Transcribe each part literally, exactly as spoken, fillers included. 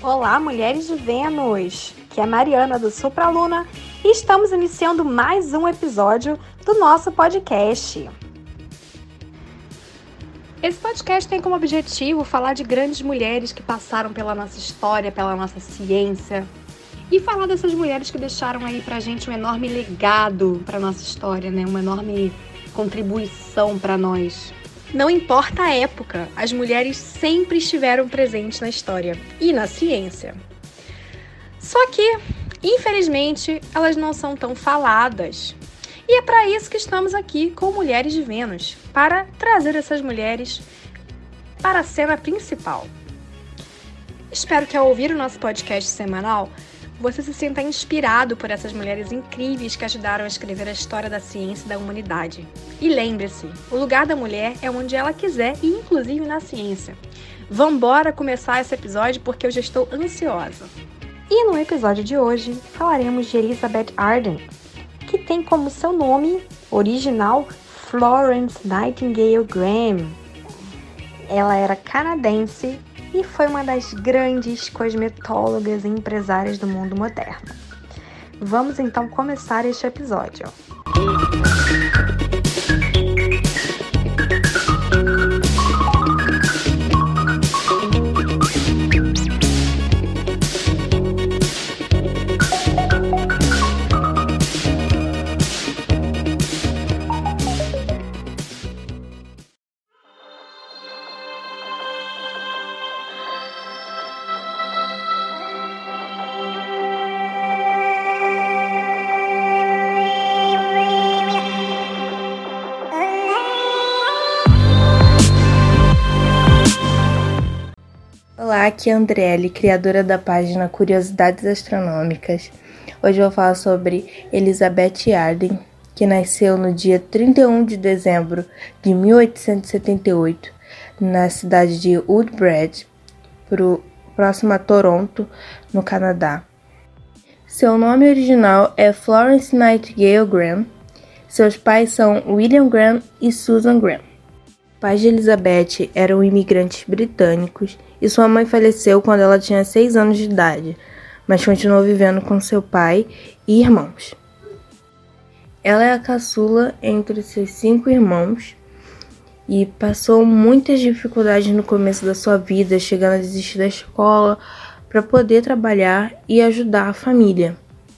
Olá, mulheres de Vênus! Que é a Mariana do Supraluna e estamos iniciando mais um episódio do nosso podcast. Esse podcast tem como objetivo falar de grandes mulheres que passaram pela nossa história, pela nossa ciência e falar dessas mulheres que deixaram aí pra gente um enorme legado pra nossa história, né? Uma enorme contribuição pra nós. Não importa a época, as mulheres sempre estiveram presentes na história e na ciência. Só que, infelizmente, elas não são tão faladas. E é para isso que estamos aqui com Mulheres de Vênus, para trazer essas mulheres para a cena principal. Espero que ao ouvir o nosso podcast semanal, você se sinta inspirado por essas mulheres incríveis que ajudaram a escrever a história da ciência e da humanidade. E lembre-se, o lugar da mulher é onde ela quiser e inclusive na ciência. Vambora começar esse episódio porque eu já estou ansiosa. E no episódio de hoje falaremos de Elizabeth Arden, que tem como seu nome original Florence Nightingale Graham. Ela era canadense e foi uma das grandes cosmetólogas e empresárias do mundo moderno. Vamos então começar este episódio. Olá, aqui é a Andriele, criadora da página Curiosidades Astronômicas. Hoje eu vou falar sobre Elizabeth Arden, que nasceu no dia trinta e um de dezembro de mil oitocentos e setenta e oito, na cidade de Woodbridge, próximo a Toronto, no Canadá. Seu nome original é Florence Nightingale Graham. Seus pais são William Graham e Susan Graham. Pais de Elizabeth eram imigrantes britânicos e sua mãe faleceu quando ela tinha seis anos de idade, mas continuou vivendo com seu pai e irmãos. Ela é a caçula entre seus cinco irmãos e passou muitas dificuldades no começo da sua vida, chegando a desistir da escola para poder trabalhar e ajudar a família.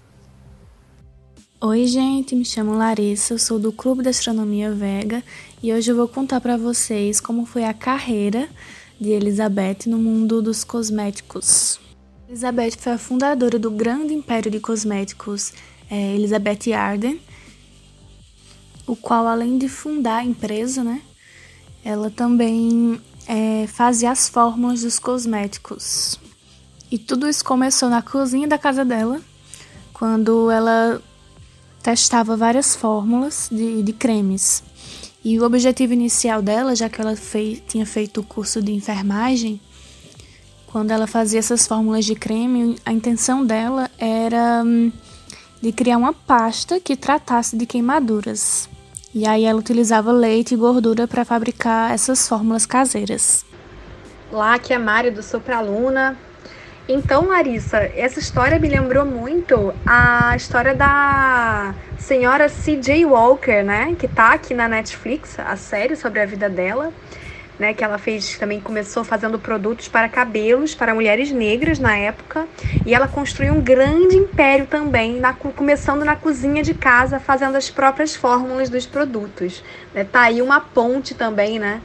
Oi gente, me chamo Larissa, eu sou do Clube da Astronomia Vega e hoje eu vou contar para vocês como foi a carreira de Elizabeth no mundo dos cosméticos. Elizabeth foi a fundadora do grande império de cosméticos é, Elizabeth Arden, o qual, além de fundar a empresa, né, ela também é, fazia as fórmulas dos cosméticos. E tudo isso começou na cozinha da casa dela, quando ela testava várias fórmulas de, de cremes. E o objetivo inicial dela, já que ela fei, tinha feito o curso de enfermagem, quando ela fazia essas fórmulas de creme, a intenção dela era hum, de criar uma pasta que tratasse de queimaduras. E aí ela utilizava leite e gordura para fabricar essas fórmulas caseiras. Olá, aqui é a Mari do Supraluna. Então, Larissa, essa história me lembrou muito a história da senhora C J Walker, né? Que tá aqui na Netflix, a série sobre a vida dela, né? Que ela fez, também começou fazendo produtos para cabelos, para mulheres negras na época. E ela construiu um grande império também, na, começando na cozinha de casa, fazendo as próprias fórmulas dos produtos. Né? Tá aí uma ponte também, né?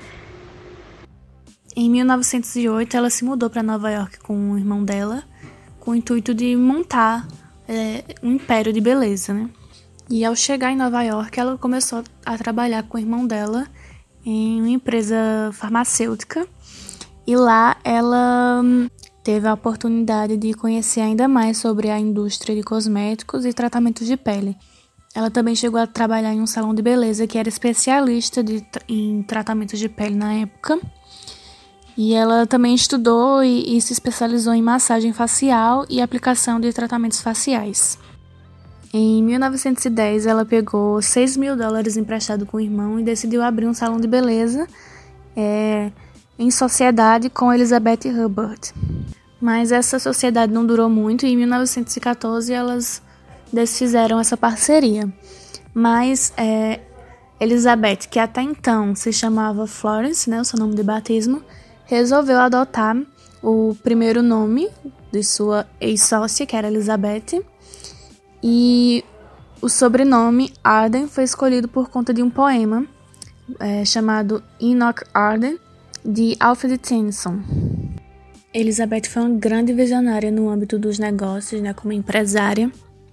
Em mil novecentos e oito, ela se mudou para Nova York com o irmão dela, com o intuito de montar é, um império de beleza, né? E ao chegar em Nova York, ela começou a trabalhar com o irmão dela em uma empresa farmacêutica. E lá ela teve a oportunidade de conhecer ainda mais sobre a indústria de cosméticos e tratamentos de pele. Ela também chegou a trabalhar em um salão de beleza que era especialista de, em tratamentos de pele na época. E ela também estudou e, e se especializou em massagem facial e aplicação de tratamentos faciais. Em mil novecentos e dez, ela pegou seis mil dólares emprestado com o irmão e decidiu abrir um salão de beleza é, em sociedade com Elizabeth Hubbard. Mas essa sociedade não durou muito e em mil novecentos e catorze elas desfizeram essa parceria. Mas é, Elizabeth, que até então se chamava Florence, né, o seu nome de batismo, resolveu adotar o primeiro nome de sua ex-sócia, que era Elizabeth, e o sobrenome Arden foi escolhido por conta de um poema é, chamado Enoch Arden, de Alfred Tennyson. Elizabeth foi uma grande visionária no âmbito dos negócios, né, como empresária.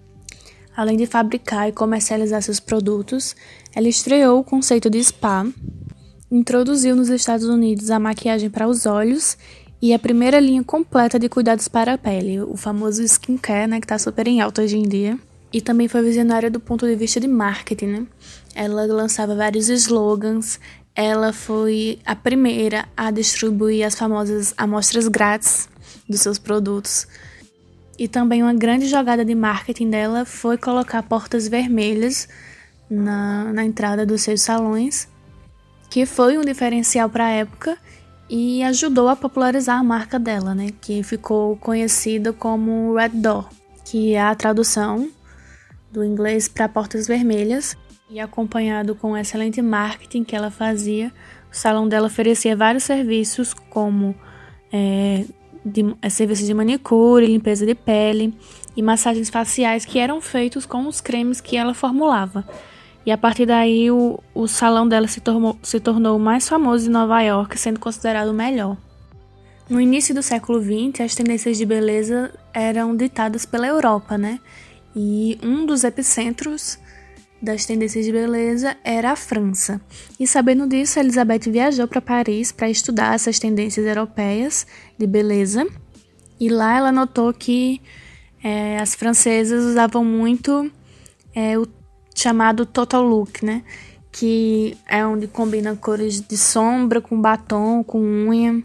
Além de fabricar e comercializar seus produtos, ela estreou o conceito de spa, introduziu nos Estados Unidos a maquiagem para os olhos e a primeira linha completa de cuidados para a pele, o famoso skincare, né, que está super em alta hoje em dia. E também foi visionária do ponto de vista de marketing, né? Ela lançava vários slogans, ela foi a primeira a distribuir as famosas amostras grátis dos seus produtos. E também uma grande jogada de marketing dela foi colocar portas vermelhas na, na entrada dos seus salões, que foi um diferencial para a época e ajudou a popularizar a marca dela, né? Que ficou conhecida como Red Door, que é a tradução do inglês para portas vermelhas. E acompanhado com o excelente marketing que ela fazia, o salão dela oferecia vários serviços como é, de, é, serviços de manicure, limpeza de pele e massagens faciais que eram feitos com os cremes que ela formulava. E a partir daí o, o salão dela se tornou, se tornou o mais famoso de Nova York, sendo considerado o melhor. No início do século vinte, as tendências de beleza eram ditadas pela Europa, né? E um dos epicentros das tendências de beleza era a França. E sabendo disso, Elizabeth viajou para Paris para estudar essas tendências europeias de beleza. E lá ela notou que é, as francesas usavam muito é, o chamado total look, né? Que é onde combina cores de sombra com batom, com unha.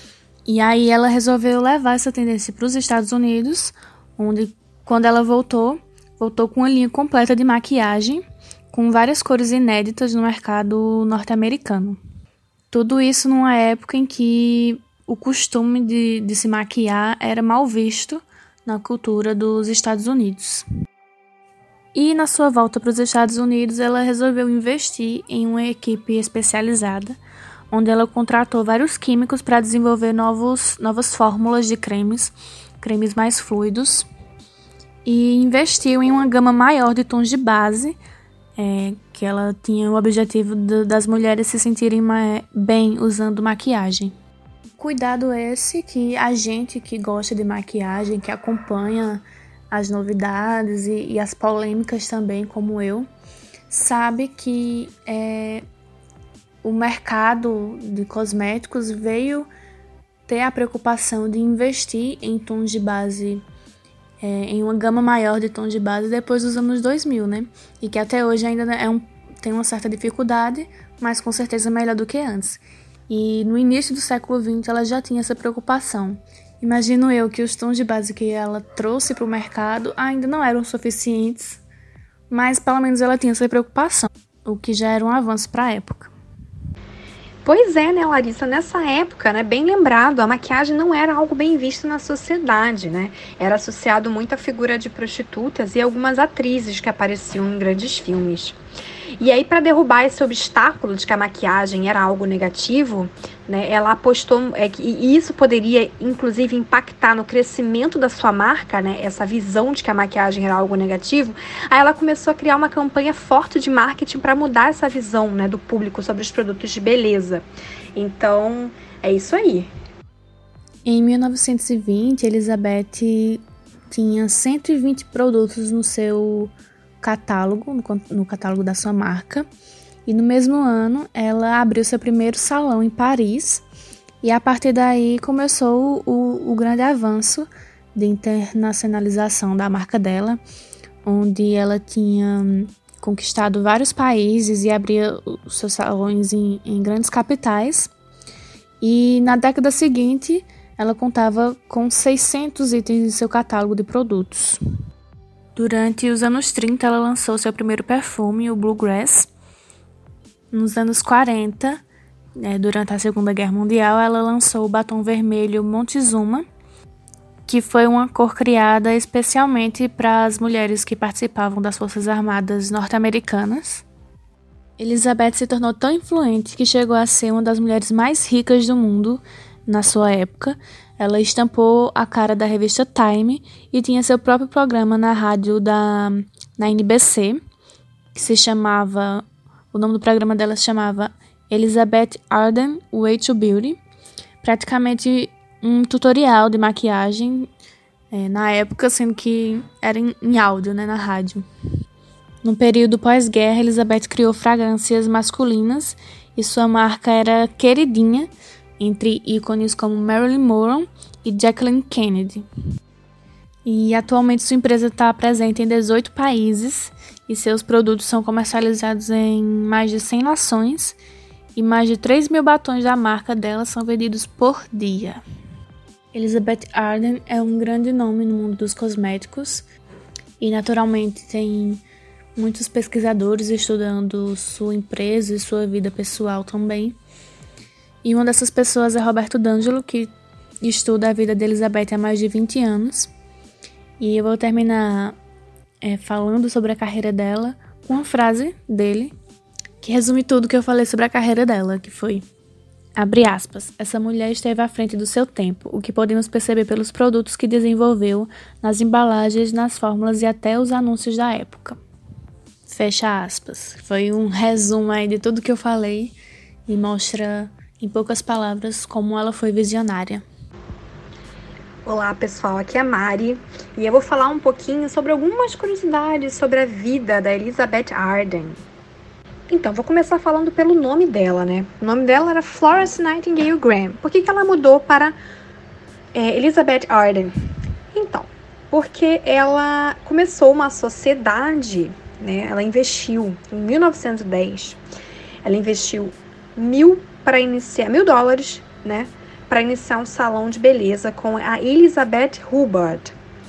E aí ela resolveu levar essa tendência para os Estados Unidos, onde, quando ela voltou, voltou com uma linha completa de maquiagem, com várias cores inéditas no mercado norte-americano. Tudo isso numa época em que o costume de, de se maquiar era mal visto na cultura dos Estados Unidos. E na sua volta para os Estados Unidos, ela resolveu investir em uma equipe especializada, onde ela contratou vários químicos para desenvolver novos, novas fórmulas de cremes, cremes mais fluidos, e investiu em uma gama maior de tons de base, é, que ela tinha o objetivo de, das mulheres se sentirem mais bem usando maquiagem. Cuidado esse que a gente que gosta de maquiagem, que acompanha as novidades e, e as polêmicas também, como eu, sabe que é, o mercado de cosméticos veio ter a preocupação de investir em tons de base, é, em uma gama maior de tons de base depois dos anos dois mil, né? E que até hoje ainda é um, tem uma certa dificuldade, mas com certeza melhor do que antes. E no início do século vinte ela já tinha essa preocupação. Imagino eu que os tons de base que ela trouxe para o mercado ainda não eram suficientes, mas pelo menos ela tinha essa preocupação, o que já era um avanço para a época. Pois é, né, Larissa? Nessa época, né, bem lembrado, a maquiagem não era algo bem visto na sociedade, né? Era associado muito à figura de prostitutas e algumas atrizes que apareciam em grandes filmes. E aí, para derrubar esse obstáculo de que a maquiagem era algo negativo, né, ela apostou é, que e isso poderia, inclusive, impactar no crescimento da sua marca, né, essa visão de que a maquiagem era algo negativo. Aí ela começou a criar uma campanha forte de marketing para mudar essa visão, né, do público sobre os produtos de beleza. Então, é isso aí. Em mil novecentos e vinte, Elizabeth tinha cento e vinte produtos no seu catálogo, no, no catálogo da sua marca, e no mesmo ano ela abriu seu primeiro salão em Paris, e a partir daí começou o, o grande avanço de internacionalização da marca dela, onde ela tinha conquistado vários países e abria os seus salões em, em grandes capitais, e na década seguinte ela contava com seiscentos itens em seu catálogo de produtos. Durante os anos trinta, ela lançou seu primeiro perfume, o Bluegrass. Nos anos quarenta, né, durante a Segunda Guerra Mundial, ela lançou o batom vermelho Montezuma. que foi uma cor criada especialmente para as mulheres que participavam das Forças Armadas norte-americanas. Elizabeth se tornou tão influente que chegou a ser uma das mulheres mais ricas do mundo na sua época. Ela estampou a cara da revista Time e tinha seu próprio programa na rádio da na N B C, que se chamava, o nome do programa dela se chamava Elizabeth Arden Way to Beauty, praticamente um tutorial de maquiagem é, na época, sendo que era em, em áudio, né, na rádio. No período pós-guerra, Elizabeth criou fragrâncias masculinas e sua marca era queridinha entre ícones como Marilyn Monroe e Jacqueline Kennedy. E atualmente sua empresa está presente em dezoito países e seus produtos são comercializados em mais de cem nações e mais de três mil batons da marca dela são vendidos por dia. Elizabeth Arden é um grande nome no mundo dos cosméticos e naturalmente tem muitos pesquisadores estudando sua empresa e sua vida pessoal também. E uma dessas pessoas é Roberto D'Angelo, que estuda a vida de Elizabeth há mais de vinte anos. E eu vou terminar é, falando sobre a carreira dela com uma frase dele, que resume tudo que eu falei sobre a carreira dela, que foi, abre aspas, essa mulher esteve à frente do seu tempo, o que podemos perceber pelos produtos que desenvolveu, nas embalagens, nas fórmulas e até os anúncios da época. Fecha aspas. Foi um resumo aí de tudo que eu falei e mostra, em poucas palavras, como ela foi visionária. Olá pessoal, aqui é a Mari e eu vou falar um pouquinho sobre algumas curiosidades sobre a vida da Elizabeth Arden. Então, vou começar falando pelo nome dela, né? O nome dela era Florence Nightingale Graham. Por que que ela mudou para é, Elizabeth Arden? Então, porque ela começou uma sociedade, né? Ela investiu em mil novecentos e dez, ela investiu mil para iniciar mil dólares, né? Para iniciar um salão de beleza com a Elizabeth Hubbard.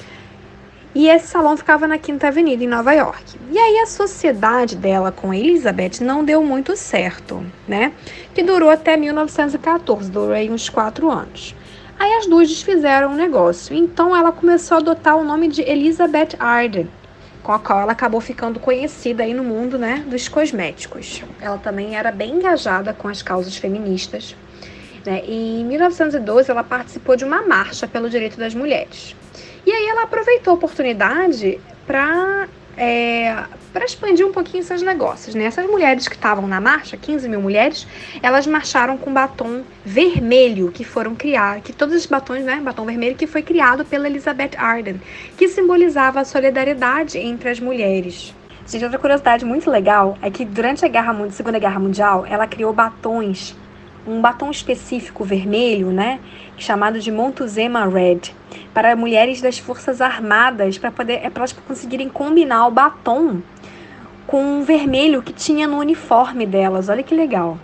E esse salão ficava na Quinta Avenida, em Nova York. E aí a sociedade dela com a Elizabeth não deu muito certo, né? Que durou até mil novecentos e catorze, durou aí uns quatro anos. Aí as duas desfizeram o negócio. Então ela começou a adotar o nome de Elizabeth Arden, com a qual ela acabou ficando conhecida aí no mundo, né, dos cosméticos. Ela também era bem engajada com as causas feministas. Né? E em mil novecentos e doze, ela participou de uma marcha pelo direito das mulheres. E aí ela aproveitou a oportunidade para é, para expandir um pouquinho seus negócios. Né? Essas mulheres que estavam na marcha, quinze mil mulheres, elas marcharam com batom vermelho, que foram criar, que todos os batons, né, batom vermelho que foi criado pela Elizabeth Arden, que simbolizava a solidariedade entre as mulheres. Gente, outra curiosidade muito legal é que durante a Guerra, Segunda Guerra Mundial, ela criou batons, um batom específico vermelho, né, chamado de Montezuma Red, para mulheres das Forças Armadas, para poder, é para elas conseguirem combinar o batom com o vermelho que tinha no uniforme delas. Olha que legal.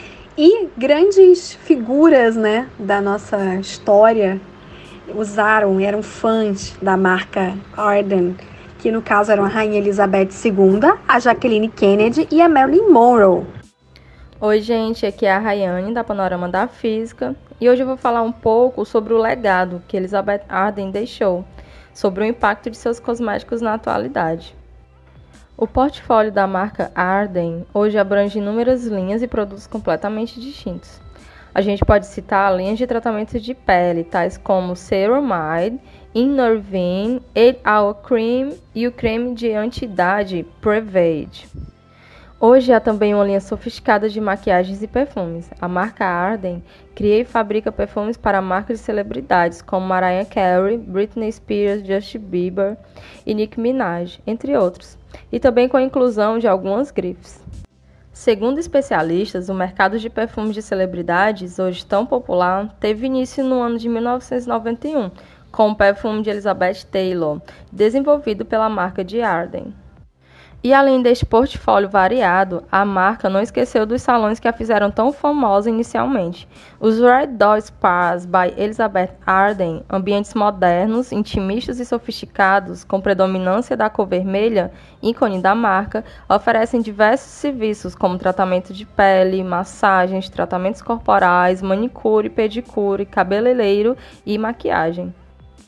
E grandes figuras, né, da nossa história usaram, eram fãs da marca Arden, que no caso eram a Rainha Elizabeth segunda, a Jacqueline Kennedy e a Marilyn Monroe. Oi gente, aqui é a Rayane da Panorama da Física e hoje eu vou falar um pouco sobre o legado que Elizabeth Arden deixou, sobre o impacto de seus cosméticos na atualidade. O portfólio da marca Arden hoje abrange inúmeras linhas e produtos completamente distintos. A gente pode citar linhas de tratamentos de pele, tais como Ceramide, Innervine, eight hour Cream e o creme de anti-idade Prevade. Hoje há também uma linha sofisticada de maquiagens e perfumes. A marca Arden cria e fabrica perfumes para marcas de celebridades como Mariah Carey, Britney Spears, Justin Bieber e Nicki Minaj, entre outros, e também com a inclusão de algumas grifes. Segundo especialistas, o mercado de perfumes de celebridades, hoje tão popular, teve início no ano de mil novecentos e noventa e um, com o perfume de Elizabeth Taylor, desenvolvido pela marca de Arden. E além deste portfólio variado, a marca não esqueceu dos salões que a fizeram tão famosa inicialmente. Os Red Door Spas by Elizabeth Arden, ambientes modernos, intimistas e sofisticados, com predominância da cor vermelha, ícone da marca, oferecem diversos serviços como tratamento de pele, massagens, tratamentos corporais, manicure, pedicure, cabeleireiro e maquiagem.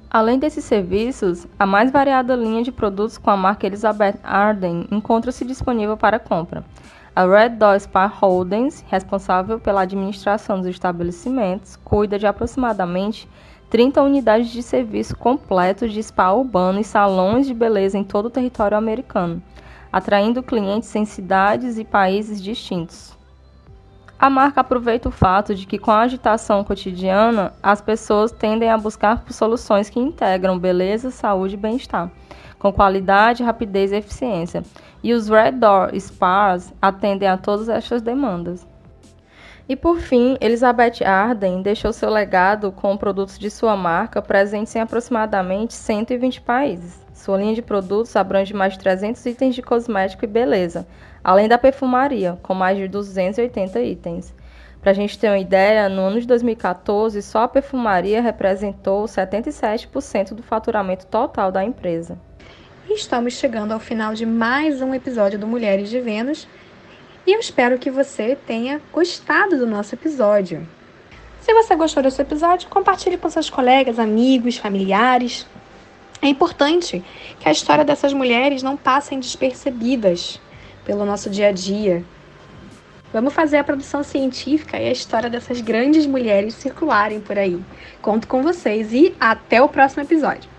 Além desses serviços, a mais variada linha de produtos com a marca Elizabeth Arden encontra-se disponível para compra. A Red Door Spa Holdings, responsável pela administração dos estabelecimentos, cuida de aproximadamente trinta unidades de serviço completo de spa urbano e salões de beleza em todo o território americano, atraindo clientes em cidades e países distintos. A marca aproveita o fato de que, com a agitação cotidiana, as pessoas tendem a buscar por soluções que integram beleza, saúde e bem-estar, com qualidade, rapidez e eficiência, e os Red Door Spas atendem a todas estas demandas. E por fim, Elizabeth Arden deixou seu legado com produtos de sua marca presentes em aproximadamente cento e vinte países. Sua linha de produtos abrange mais de trezentos itens de cosmético e beleza, além da perfumaria, com mais de duzentos e oitenta itens. Para a gente ter uma ideia, no ano de dois mil e quatorze, só a perfumaria representou setenta e sete por cento do faturamento total da empresa. E estamos chegando ao final de mais um episódio do Mulheres de Vênus, e eu espero que você tenha gostado do nosso episódio. Se você gostou desse episódio, compartilhe com seus colegas, amigos, familiares. É importante que a história dessas mulheres não passem despercebidas pelo nosso dia a dia. Vamos fazer a produção científica e a história dessas grandes mulheres circularem por aí. Conto com vocês e até o próximo episódio.